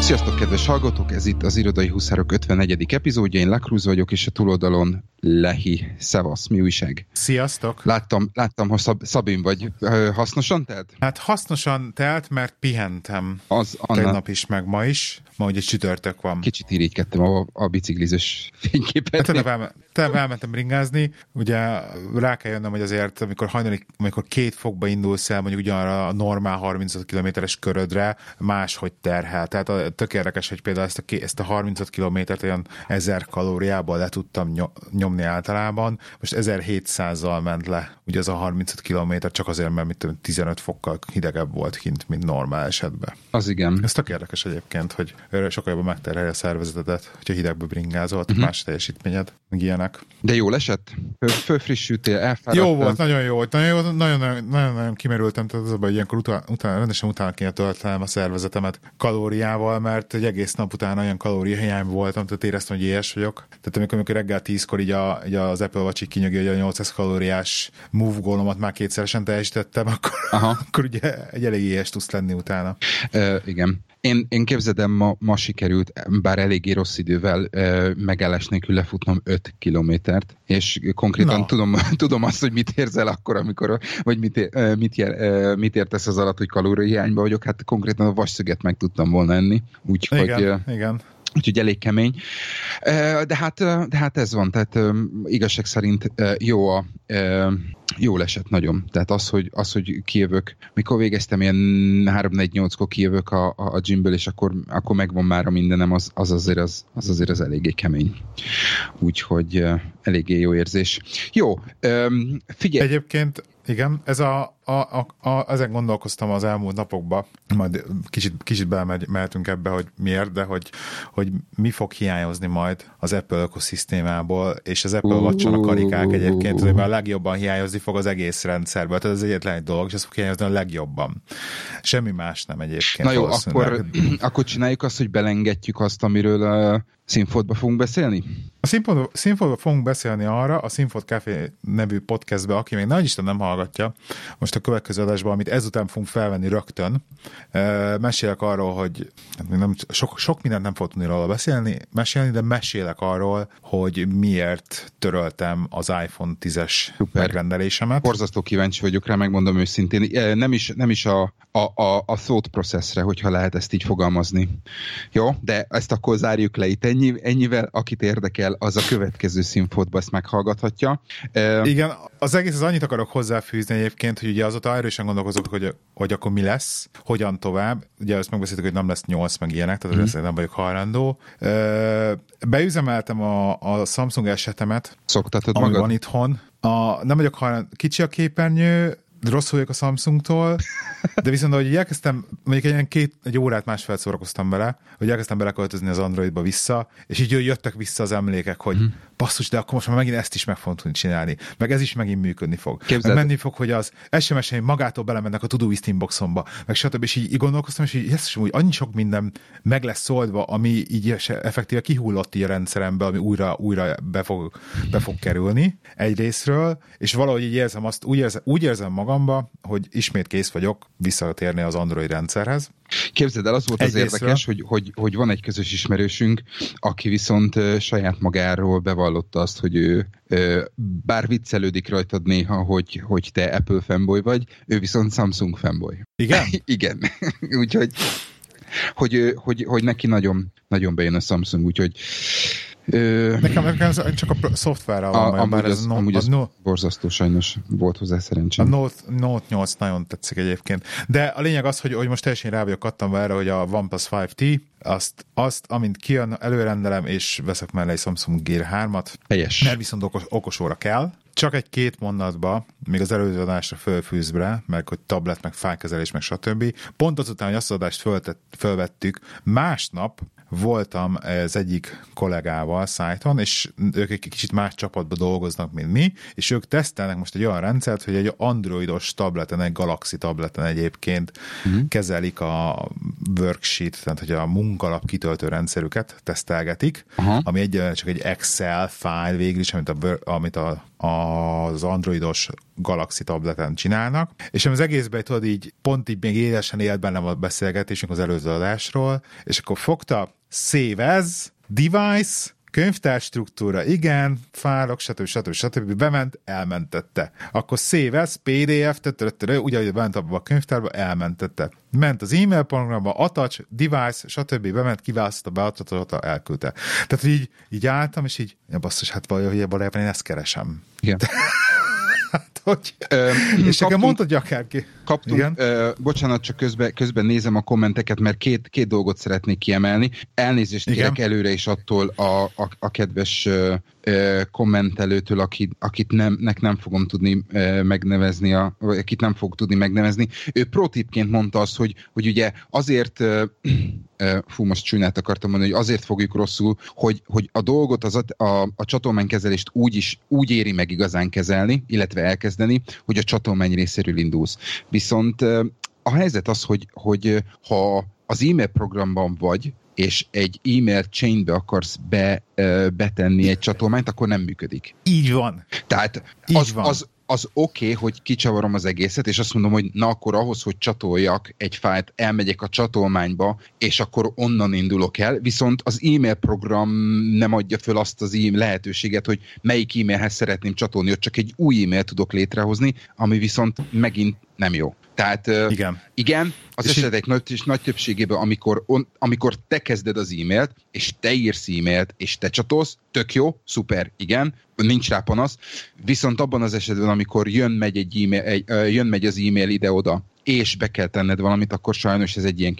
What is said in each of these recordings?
Sziasztok, kedves hallgatók! Ez itt az Irodai Huszárok 54. epizódja. Én Lakrúz vagyok, és a túloldalon Lehi. Szevasz, mi újság? Sziasztok! Láttam, hogy Szabin vagy. Hasznosan telt? Hát hasznosan telt, mert pihentem. Tegnap is, meg ma is. Ma ugye csütörtök van. Kicsit irigykedtem a biciklizős fényképet. Hát elmentem bringázni. Ugye rá kell jönnöm, hogy azért, amikor 2 fokba indulsz el, mondjuk ugyanarra a normál 35 kilométeres körödre, máshogy terhel. Tehát tök érdekes, hogy például ezt a 35 kilométert olyan 1000 kalóriából le tudtam nyomni általában. Most 1700-zal ment le ugye az a 35 kilométer, csak azért, mert 15 fokkal hidegebb volt kint, mint normál esetben. Az igen. Ez tök érdekes egyébként, hogy sokkal jobban megterhelje a szervezetedet, hogyha hidegbe bringázol, más teljesítményed, meg ilyenek. De jól esett? Fölfrissültél, elfáradtál? Jó volt, nagyon jó volt. Nagyon kimerültem, tehát az a baj, ilyenkor rendesen utána kéne töltenem a szervezetemet kalóriával, mert egy egész nap után olyan kalóriahiány voltam, tehát éreztem, hogy éhes vagyok. Tehát amikor reggel 10-kor így az Apple Watch kinyögi, hogy a 800 kalóriás move gólomat már kétszeresen teljesítettem, akkor ugye egy elég éhes tudsz lenni utána. Igen. Én képzedem, ma sikerült, bár eléggé rossz idővel megállás nélkül lefutnom 5 kilométert, és konkrétan tudom azt, hogy mit érzel akkor, amikor, vagy mit értesz az alatt, hogy kalóriahiányban vagyok, hát konkrétan a vasszöget meg tudtam volna enni. Úgyhogy igen. Úgyhogy elég kemény. De hát ez van, tehát igazság szerint jól esett nagyon. Tehát az, hogy kijövök, mikor végeztem, ilyen 3-4-8-kor kijövök a gymből, és akkor megvan már a mindenem, az azért az eléggé kemény. Úgyhogy eléggé jó érzés. Jó, figyelj! Egyébként igen, ezen gondolkoztam az elmúlt napokban, majd kicsit belemehetünk ebbe, hogy miért, de hogy mi fog hiányozni majd az Apple ökoszisztémából, és az Apple Watch-on a karikák egyébként, azért már a legjobban hiányozni fog az egész rendszerből, tehát ez egyetlen egy dolog, és ez fog hiányozni a legjobban. Semmi más nem egyébként. Na jó, akkor csináljuk azt, hogy belengedjük azt, amiről Színfoltba fogunk beszélni? A Színfoltba fogunk beszélni arra, a Színfolt Café nevű podcastbe, aki még nagy Isten nem hallgatja, most a következő adásban, amit ezután fogunk felvenni rögtön, mesélek arról, hogy nem, sok mindent nem fogok tudni róla mesélni, de mesélek arról, hogy miért töröltem az iPhone 10-es megrendelésemet. Borzasztó kíváncsi vagyok rá, megmondom őszintén. Nem is a thought processre, hogyha lehet ezt így fogalmazni. Jó, de ezt akkor zárjuk le itt. Ennyivel, akit érdekel, az a következő Színfoltba ezt meghallgathatja. Igen, az egész az annyit akarok hozzáfűzni egyébként, hogy ugye azóta erősen gondolkozok, hogy akkor mi lesz, hogyan tovább. Ugye azt megbeszéltük, hogy nem lesz 8 meg ilyenek, tehát ezt nem vagyok hajlandó. Beüzemeltem a Samsung esetemet, szoktatod ami magad? Van itthon. Nem vagyok hajlandó. Kicsi a képernyő, rossz vagyok a Samsungtól, de viszont ahogy elkezdtem, mondjuk egy órát másfél szórakoztam bele, hogy elkezdtem beleköltözni az Androidba vissza, és így jöttek vissza az emlékek, hogy basszus, de akkor most már megint ezt is meg fogom tudni csinálni, meg ez is megint működni fog. Meg menni fog, hogy az SMS-eim magától belemennek a Todoist inboxomba, meg stb. És így gondolkoztam, és így ezt úgy annyi sok minden meg lesz oldva, ami így effektíve kihullott így a rendszerembe, ami újra be fog kerülni egy részről, és valahogy így érzem azt, úgy érzem magamba, hogy ismét kész vagyok visszatérni az Android rendszerhez. Képzeld el, az volt az érdekes, hogy van egy közös ismerősünk, aki viszont saját magáról bevallotta azt, hogy ő bár viccelődik rajtad néha, hogy te Apple fanboy vagy, ő viszont Samsung fanboy. Igen? Igen. Úgyhogy hogy neki nagyon, nagyon bejön a Samsung, úgyhogy Nekem csak a szoftverrel van, bár ez borzasztó, sajnos volt hozzá szerencsém. A Note 8 nagyon tetszik egyébként. De a lényeg az, hogy most teljesen rá vagyok kattanva erre, hogy a OnePlus 5T, azt amint kijön, előrendelem, és veszek mellé egy Samsung Gear 3-at. Helyes. Mert viszont okosóra kell. Csak egy-két mondatba, még az előző adásra fölfűzve, meg hogy tablet, meg fájkezelés, meg stb. Pont azután, hogy azt az adást fölvettük, másnap voltam az egyik kollégával szájton, és ők egy kicsit más csapatban dolgoznak, mint mi, és ők tesztelnek most egy olyan rendszert, hogy egy androidos tableten, egy Galaxy tableten egyébként kezelik a worksheet, tehát hogy a munkalap kitöltő rendszerüket tesztelgetik, ami egyelőre csak egy Excel fájl végül is, amit az androidos Galaxy tableten csinálnak, és az egészben tudod így, pont így még élesen élt bennem a beszélgetésünk az előző adásról, és akkor fogta save as, device, könyvtár struktúra, igen, fájlok, stb. Bement, elmentette. Akkor save as, PDF, ugyanúgy bement abba a könyvtárba, elmentette. Ment az e-mail programba, attach, device, stb. Bement, kiválasztotta, beadta, elküldte. Tehát így álltam, és így, ja basszus, hát valójában én ezt keresem. Igen. Hát, hogy... és nekem mondtad, hogy akárki. Kaptunk, bocsánat, csak közben nézem a kommenteket, mert két dolgot szeretnék kiemelni. Elnézést kérek előre is attól a kedves kommentelőtől, akit nem fogom tudni megnevezni, akit nem fog tudni megnevezni. Ő pro-tipként mondta azt, hogy ugye azért most csúnyát akartam mondani, hogy azért fogjuk rosszul, hogy a dolgot, a csatolmánykezelést úgy éri meg igazán kezelni, illetve elkezdeni, hogy a csatolmány részéről indulsz. Viszont a helyzet az, hogy ha az e-mail programban vagy, és egy e-mail chainbe akarsz betenni egy csatolmányt, akkor nem működik. Így van. Tehát az oké, hogy kicsavarom az egészet, és azt mondom, hogy na akkor ahhoz, hogy csatoljak egy fájlt, elmegyek a csatolmányba, és akkor onnan indulok el, viszont az e-mail program nem adja föl azt az lehetőséget, hogy melyik e-mailhez szeretném csatolni, hogy csak egy új e-mail tudok létrehozni, ami viszont megint nem jó. Tehát igen, az esetek nagy többségében, amikor te kezded az e-mailt, és te írsz e-mailt, és te csatolsz, tök jó, szuper, igen, nincs rá panasz, viszont abban az esetben, amikor jön-megy az e-mail ide-oda, és be kell tenned valamit, akkor sajnos ez egy ilyen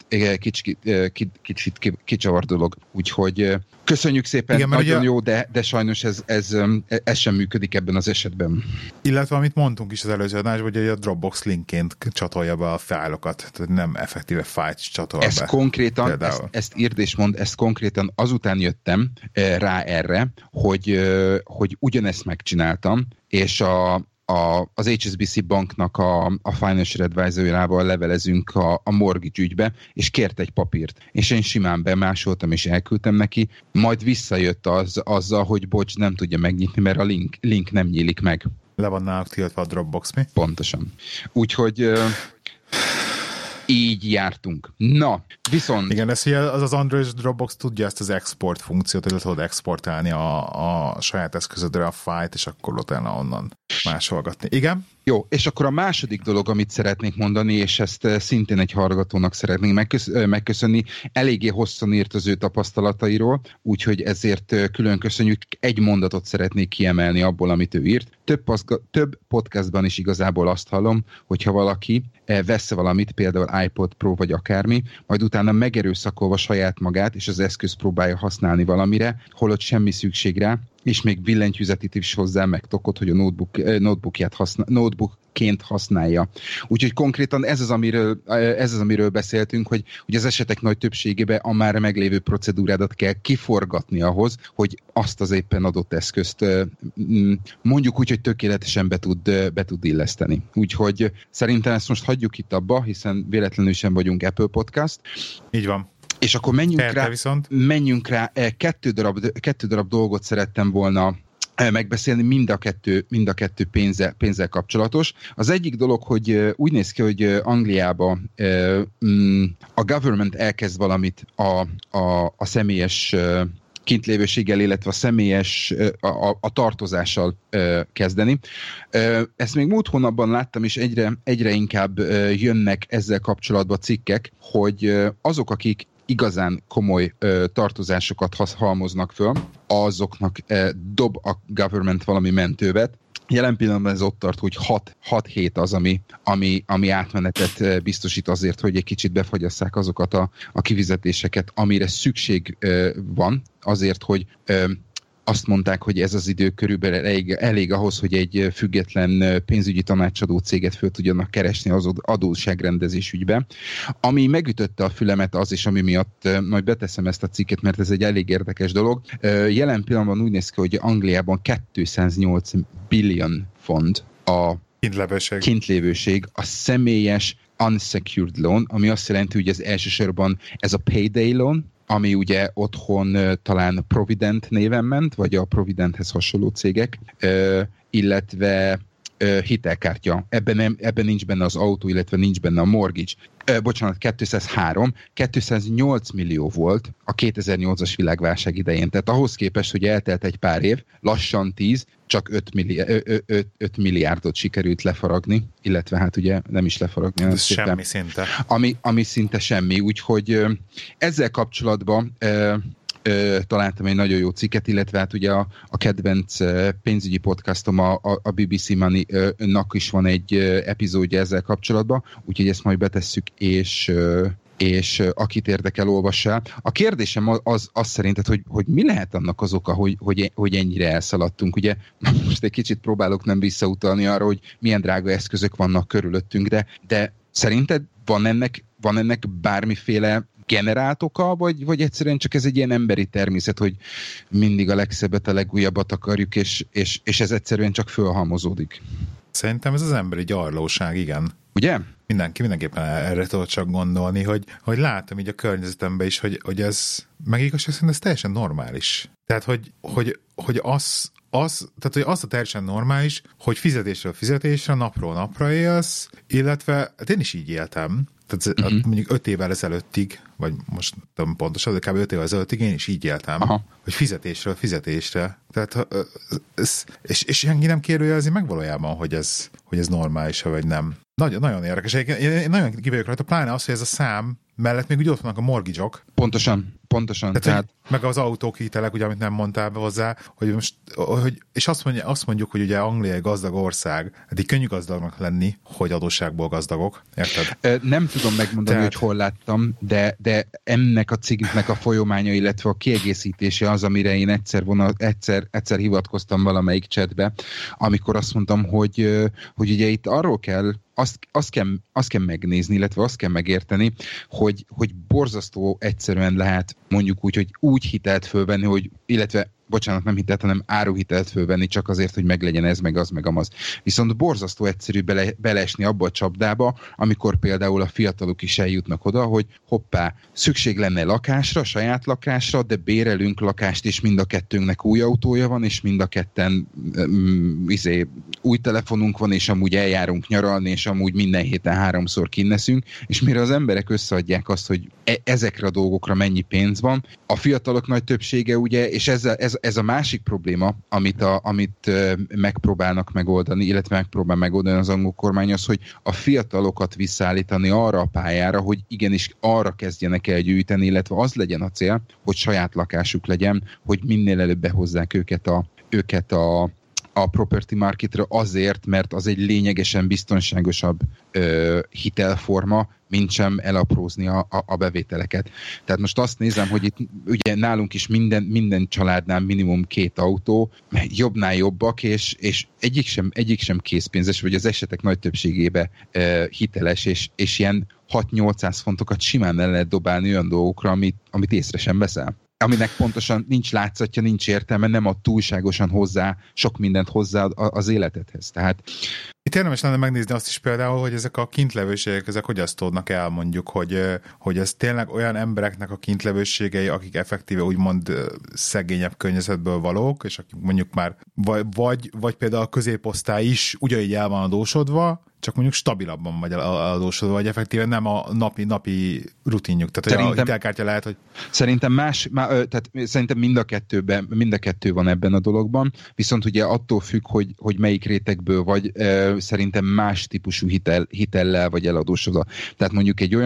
kicsit kicsavart dolog. Úgyhogy köszönjük szépen, igen, nagyon jó, de sajnos ez sem működik ebben az esetben. Illetve amit mondtunk is az előző adásban, hogy a Dropbox linkként csatolja be a fájlokat, tehát nem effektíve fájlt csatol be. Konkrétan, ezt írd és mondd, ezt konkrétan azután jöttem rá erre, hogy ugyanezt megcsináltam, és az HSBC banknak a financial advisor-ával levelezünk a mortgage ügybe, és kért egy papírt. És én simán bemásoltam, és elküldtem neki, majd visszajött azzal, hogy bocs, nem tudja megnyitni, mert a link nem nyílik meg. Le van náluk tiltva a Dropbox, mi? Pontosan. Úgyhogy... így jártunk. Na, viszont... Igen, az Android Dropbox tudja ezt az export funkciót, hogy tudod exportálni a saját eszközödre a fájlt, és akkor utána onnan másolgatni. Igen? Jó, és akkor a második dolog, amit szeretnék mondani, és ezt szintén egy hallgatónak szeretnénk megköszönni, eléggé hosszan írt az ő tapasztalatairól, úgyhogy ezért külön köszönjük. Egy mondatot szeretnék kiemelni abból, amit ő írt. Több podcastban is igazából azt hallom, hogyha valaki vesz valamit, például iPod Pro vagy akármi, majd utána megerőszakolva saját magát, és az eszköz próbálja használni valamire, holott semmi szükség rá, és még billentyűzetit is hozzá, meg tokot, hogy a notebookként használja. Úgyhogy konkrétan ez az, amiről beszéltünk, hogy az esetek nagy többségében a már meglévő procedúrádat kell kiforgatni ahhoz, hogy azt az éppen adott eszközt mondjuk úgy, hogy tökéletesen be tud illeszteni. Úgyhogy szerintem ezt most hagyjuk itt abba, hiszen véletlenül sem vagyunk Apple Podcast. Így van. És akkor menjünk rá. Kettő darab dolgot szerettem volna megbeszélni, mind a kettő pénzzel kapcsolatos. Az egyik dolog, hogy úgy néz ki, hogy Angliában a government elkezd valamit a személyes kintlévőséggel, illetve a személyes a tartozással kezdeni. Ezt még múlt hónapban láttam, és egyre inkább jönnek ezzel kapcsolatban cikkek, hogy azok, akik igazán komoly tartozásokat halmoznak föl, azoknak dob a government valami mentővet. Jelen pillanatban ez ott tart, hogy 6 hét az, ami átmenetet biztosít azért, hogy egy kicsit befagyasszák azokat a kifizetéseket, amire szükség van, azért, hogy azt mondták, hogy ez az idő körülbelül elég ahhoz, hogy egy független pénzügyi tanácsadó céget föl tudjanak keresni az adósságrendezés ügybe. Ami megütötte a fülemet az is, ami miatt majd beteszem ezt a cikket, mert ez egy elég érdekes dolog. Jelen pillanatban úgy néz ki, hogy Angliában 208 billion font a kintlévőség, a személyes, unsecured loan, ami azt jelenti, hogy ez elsősorban ez a payday loan, ami ugye otthon talán Provident néven ment, vagy a Providenthez hasonló cégek, illetve hitelkártya. Ebben nincs benne az autó, illetve nincs benne a mortgage. 208 millió volt a 2008-as világválság idején. Tehát ahhoz képest, hogy eltelt egy pár év, lassan 10, csak 5 milliárdot sikerült lefaragni, illetve hát ugye nem is lefaragni. Ez semmi szinte. Ami szinte semmi, úgyhogy ezzel kapcsolatban találtam egy nagyon jó cikket, illetve hát ugye a kedvenc pénzügyi podcastom, a BBC Money-nak is van egy epizódja ezzel kapcsolatban, úgyhogy ezt majd betesszük, és akit érdekel, olvassál. A kérdésem az szerinted, hogy mi lehet annak az oka, hogy ennyire elszaladtunk. Ugye most egy kicsit próbálok nem visszautalni arra, hogy milyen drága eszközök vannak körülöttünk, de szerinted van ennek bármiféle generált oka, vagy egyszerűen csak ez egy ilyen emberi természet, hogy mindig a legszebbet, a legújabbat akarjuk, és ez egyszerűen csak fölhalmozódik? Szerintem ez az emberi gyarlóság, igen. Ugye? Mindenképpen erre tudod csak gondolni, hogy látom így a környezetemben is, hogy ez meg igazság szerint ez teljesen normális. Tehát, hogy az a teljesen normális, hogy fizetésről fizetésre, napról napra élsz, illetve hát én is így éltem. Tehát mondjuk 5 évvel ezelőttig, vagy most nem pontosan, de kb. 5 évvel ezelőttig én is így éltem, hogy fizetésről fizetésre. Tehát, és senki nem kérdőjelezi meg valójában, hogy ez normális, vagy nem. Nagyon érdekes. Én nagyon kivegyök rajta, pláne az, hogy ez a szám mellett még úgy ott vannak a mortgage-ok. Pontosan. Tehát meg az autók hitelek, ugye, amit nem mondtál be hozzá, és azt mondjuk, hogy ugye Anglia egy gazdag ország, hát így könnyű gazdagnak lenni, hogy adósságból gazdagok. Érted? Nem tudom megmondani, hogy hol láttam, de ennek a cikknek a folyamánya, illetve a kiegészítése az, amire én egyszer hivatkoztam valamelyik chatbe, amikor azt mondtam, hogy ugye itt arról kell, azt kell megnézni, illetve azt kell megérteni, hogy borzasztó egyszerűen lehet mondjuk úgy, hogy úgy hitelt fölvenni, nem hitelt, hanem áruhitelt fölvenni csak azért, hogy meglegyen ez, meg az, meg amaz. Viszont borzasztó egyszerű beleesni abba a csapdába, amikor például a fiatalok is eljutnak oda, hogy hoppá, szükség lenne lakásra, saját lakásra, de bérelünk lakást, és mind a kettőnknek új autója van, és mind a ketten új telefonunk van, és amúgy eljárunk nyaralni, és amúgy minden héten 3-szor kinneszünk, és mire az emberek összeadják azt, hogy ezekre a dolgokra mennyi pénz van, a fiatalok nagy többsége ugye, és ez a másik probléma, amit megpróbálnak megoldani, illetve megpróbál megoldani az angol kormány, az, hogy a fiatalokat visszaállítani arra a pályára, hogy igenis arra kezdjenek el gyűjteni, illetve az legyen a cél, hogy saját lakásuk legyen, hogy minél előbb behozzák őket a property marketre azért, mert az egy lényegesen biztonságosabb hitelforma, mint sem elaprózni a bevételeket. Tehát most azt nézem, hogy itt ugye nálunk is minden családnál minimum 2 autó, jobbnál jobbak, és egyik sem készpénzes, vagy az esetek nagy többségében hiteles, és ilyen 6-800 fontokat simán el lehet dobálni olyan dolgokra, amit észre sem veszel. Aminek pontosan nincs látszatja, nincs értelme, nem ad túlságosan sok mindent hozzá az életedhez. Tehát itt érdemes lenne megnézni azt is például, hogy ezek a kintlevőségek, ezek hogy azt tudnak el, mondjuk, hogy ez tényleg olyan embereknek a kintlevőségei, akik effektíve úgymond szegényebb környezetből valók, és akik mondjuk már vagy például a középosztály is ugyanígy el van adósodva, csak mondjuk stabilabban vagy adósodva, vagy effektíve nem a napi rutinjuk. Tehát a hitelkártya lehet, hogy... Szerintem mind a kettő van ebben a dologban, viszont ugye attól függ, hogy melyik rétegből vagy, szerintem más típusú hitellel vagy eladósodva. Tehát mondjuk egy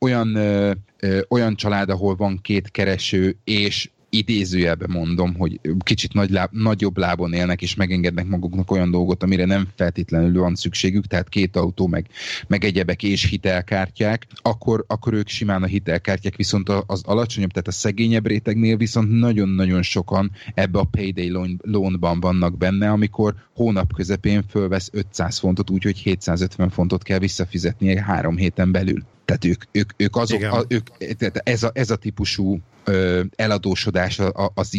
olyan család, ahol van 2 kereső, és idézőjelben mondom, hogy kicsit nagyobb lábon élnek, és megengednek maguknak olyan dolgot, amire nem feltétlenül van szükségük, tehát 2 autó, meg egyebek és hitelkártyák, akkor ők simán a hitelkártyák, viszont az alacsonyabb, tehát a szegényebb rétegnél viszont nagyon-nagyon sokan ebbe a payday loanban vannak benne, amikor hónap közepén fölvesz 500 fontot, úgyhogy 750 fontot kell visszafizetnie 3 héten belül. Tehát ők azok, ez a típusú eladósodás az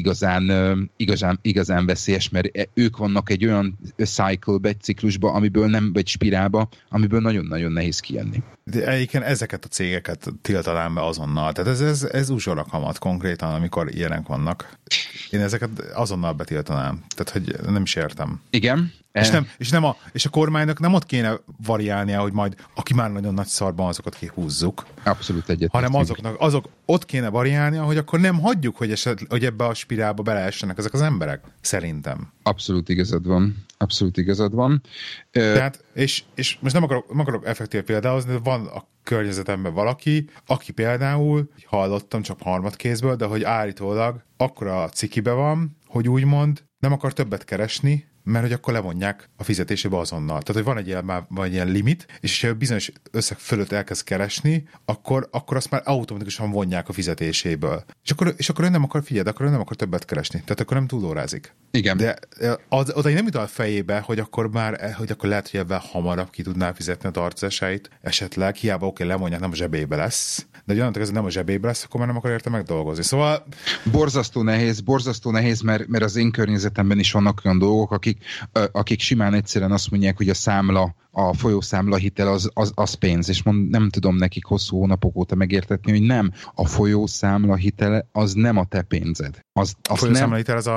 igazán veszélyes, mert ők vannak egy olyan cycle-be, egy ciklusba, vagy spirálba, amiből nagyon-nagyon nehéz kijönni. De egyébként ezeket a cégeket tiltanám be azonnal. Tehát ez uzsora kamat konkrétan, amikor ilyenek vannak. Én ezeket azonnal betiltanám. Tehát, hogy nem is értem. Igen. És a kormánynak nem ott kéne variálnia, hogy majd aki már nagyon nagy szarban, azokat kihúzzuk. Abszolút egyet. Hanem azok ott kéne variálnia, hogy akkor nem hagyjuk, hogy ebbe a spirálba beleessenek ezek az emberek. Szerintem. Abszolút igazad van. Tehát, és most nem akarok effektív példáhozni, de van a környezetemben valaki, aki például, hallottam csak harmadkézből, de hogy állítólag akkora cikibe van, hogy úgymond nem akar többet keresni, mert hogy akkor levonják a fizetésébe azonnal. Tehát, hogy van egy ilyen limit, és ha bizonyos összeg fölött elkezd keresni, akkor azt már automatikusan vonják a fizetéséből. És akkor ő nem akar akkor ő nem akar többet keresni. Tehát akkor nem túlórázik. Igen. De oda nem jut a fejébe, hogy akkor lehet, hogy ebben hamarabb ki tudná fizetni a tartozásait. Esetleg, hiába lemondják, nem a zsebébe lesz. De hogy onnantól nem a zsebébe lesz, akkor már nem akar érte megdolgozni. Szóval... Borzasztó nehéz, mert az én környezetemben is vannak olyan dolgok, akik simán egyszerűen azt mondják, hogy a folyószámla hitel az pénz, és nem tudom nekik hosszú hónapok óta megértetni, hogy nem, a folyószámla hitel az nem a te pénzed. A folyószámla hitel az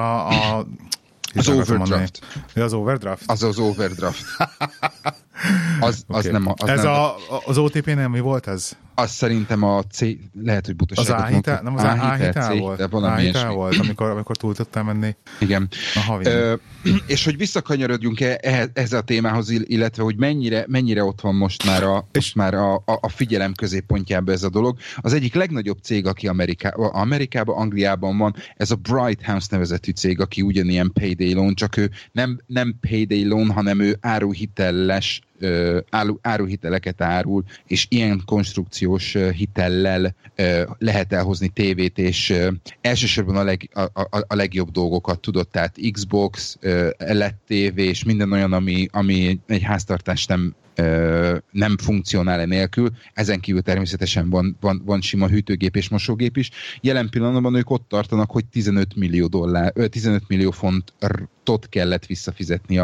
az overdraft. Az overdraft? Az overdraft. Az okay. nem az OTP-nél mi volt ez? Az szerintem a C, lehet, hogy butaságot az A-hitel, nem az A-hitel volt? De valami A-hitel volt, amikor túl tudtál menni. Igen. És hogy visszakanyarodjunk ehhez a témához, illetve hogy mennyire ott van most már a figyelem középpontjában ez a dolog. Az egyik legnagyobb cég, aki Amerikában, Angliában van, ez a Bright House nevezetű cég, aki ugyanilyen payday loan, csak ő nem payday loan, hanem ő áruhiteleket árul, és ilyen konstrukciós hitellel lehet elhozni tévét, és elsősorban a legjobb dolgokat tudott, tehát Xbox, LED TV, és minden olyan, ami egy háztartás nem funkcionál nélkül. Ezen kívül természetesen van sima hűtőgép és mosógép is. Jelen pillanatban ők ott tartanak, hogy 15 millió fontot kellett visszafizetni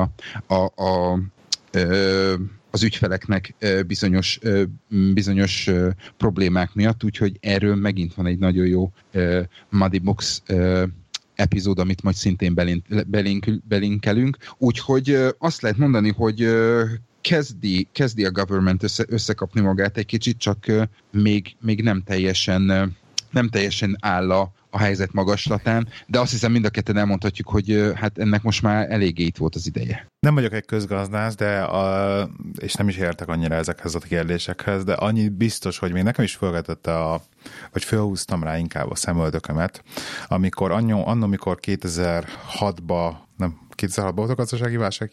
az ügyfeleknek bizonyos problémák miatt, úgyhogy erről megint van egy nagyon jó Muddy Box epizód, amit majd szintén belinkelünk. Úgyhogy azt lehet mondani, hogy kezdi a government összekapni magát egy kicsit, csak még nem teljesen áll a helyzet magaslatán, de azt hiszem mind a ketten elmondhatjuk, hogy hát ennek most már eléggé itt volt az ideje. Nem vagyok egy közgazdász, és nem is értek annyira ezekhez a kérdésekhez, de annyi biztos, hogy még nekem is fölgetette vagy fölhúztam rá inkább a szemöldökömet, amikor 2006-ban volt a gazdasági válság?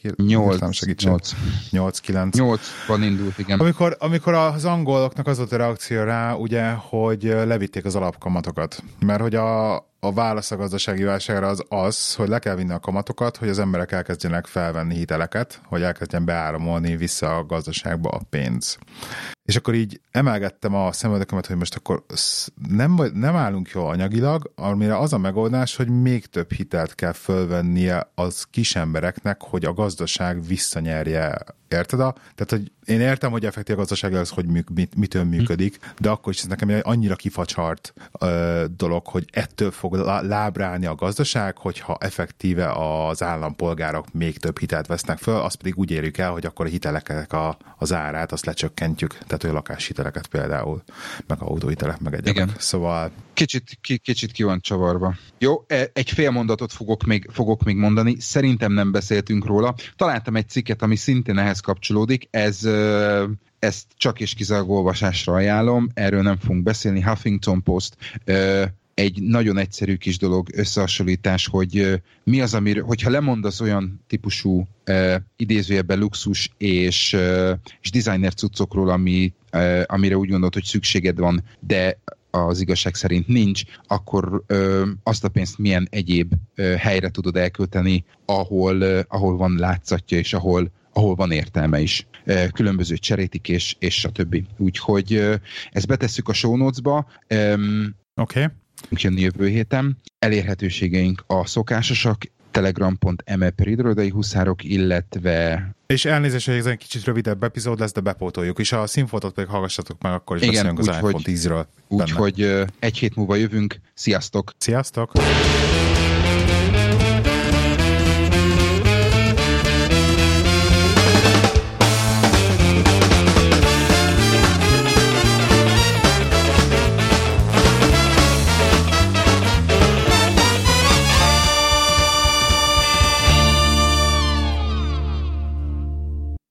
8-9-ban indult, igen. Amikor az angoloknak az volt a reakció rá, ugye, hogy levitték az alapkamatokat. Mert hogy a válasz a gazdasági válságra az, hogy le kell vinni a kamatokat, hogy az emberek elkezdjenek felvenni hiteleket, hogy elkezdjen beáramolni vissza a gazdaságba a pénz. És akkor így emelgettem a szemöldökömet, hogy most akkor nem állunk jól anyagilag, amire az a megoldás, hogy még több hitelt kell fölvennie az kis embereknek, hogy a gazdaság visszanyerje. Érted? Tehát, hogy én értem, hogy effektív a gazdaság az, hogy mitől működik, de akkor is ez nekem egy annyira kifacsart dolog, hogy ettől fog lábrálni a gazdaság, hogyha effektíve az állampolgárok még több hitelt vesznek föl, azt pedig úgy érjük el, hogy akkor a hiteleknek az árát, azt lecsökkentjük. Tehát, hogy lakáshiteleket például, meg autóhitelek, meg egyébként. Igen. Szóval... Kicsit ki van csavarva. Jó, egy fél mondatot fogok még mondani. Szerintem nem beszéltünk róla. Találtam egy cikket, ami szintén ehhez kapcsolódik. Ezt csak és kizárólag olvasásra ajánlom. Erről nem fogunk beszélni. Huffington Post, egy nagyon egyszerű kis dolog, összehasonlítás, hogy mi az, hogyha lemondasz olyan típusú idézőjelben luxus és designer cuccokról, amire úgy gondolod, hogy szükséged van, de az igazság szerint nincs, akkor azt a pénzt milyen egyéb helyre tudod elkölteni, ahol van látszatja, és ahol van értelme is. Különböző cserétik, és stb. Úgyhogy ezt betesszük a show notes-ba. Oké. jönni jövő héten. Elérhetőségeink a szokásosak, telegram.me/irodai huszárok, illetve... És elnézést, hogy ez egy kicsit rövidebb epizód lesz, de bepótoljuk, és a színfotót pedig hallgassatok meg, akkor is beszélünk az iPhone 10-ről. Úgyhogy egy hét múlva jövünk. Sziasztok! Sziasztok!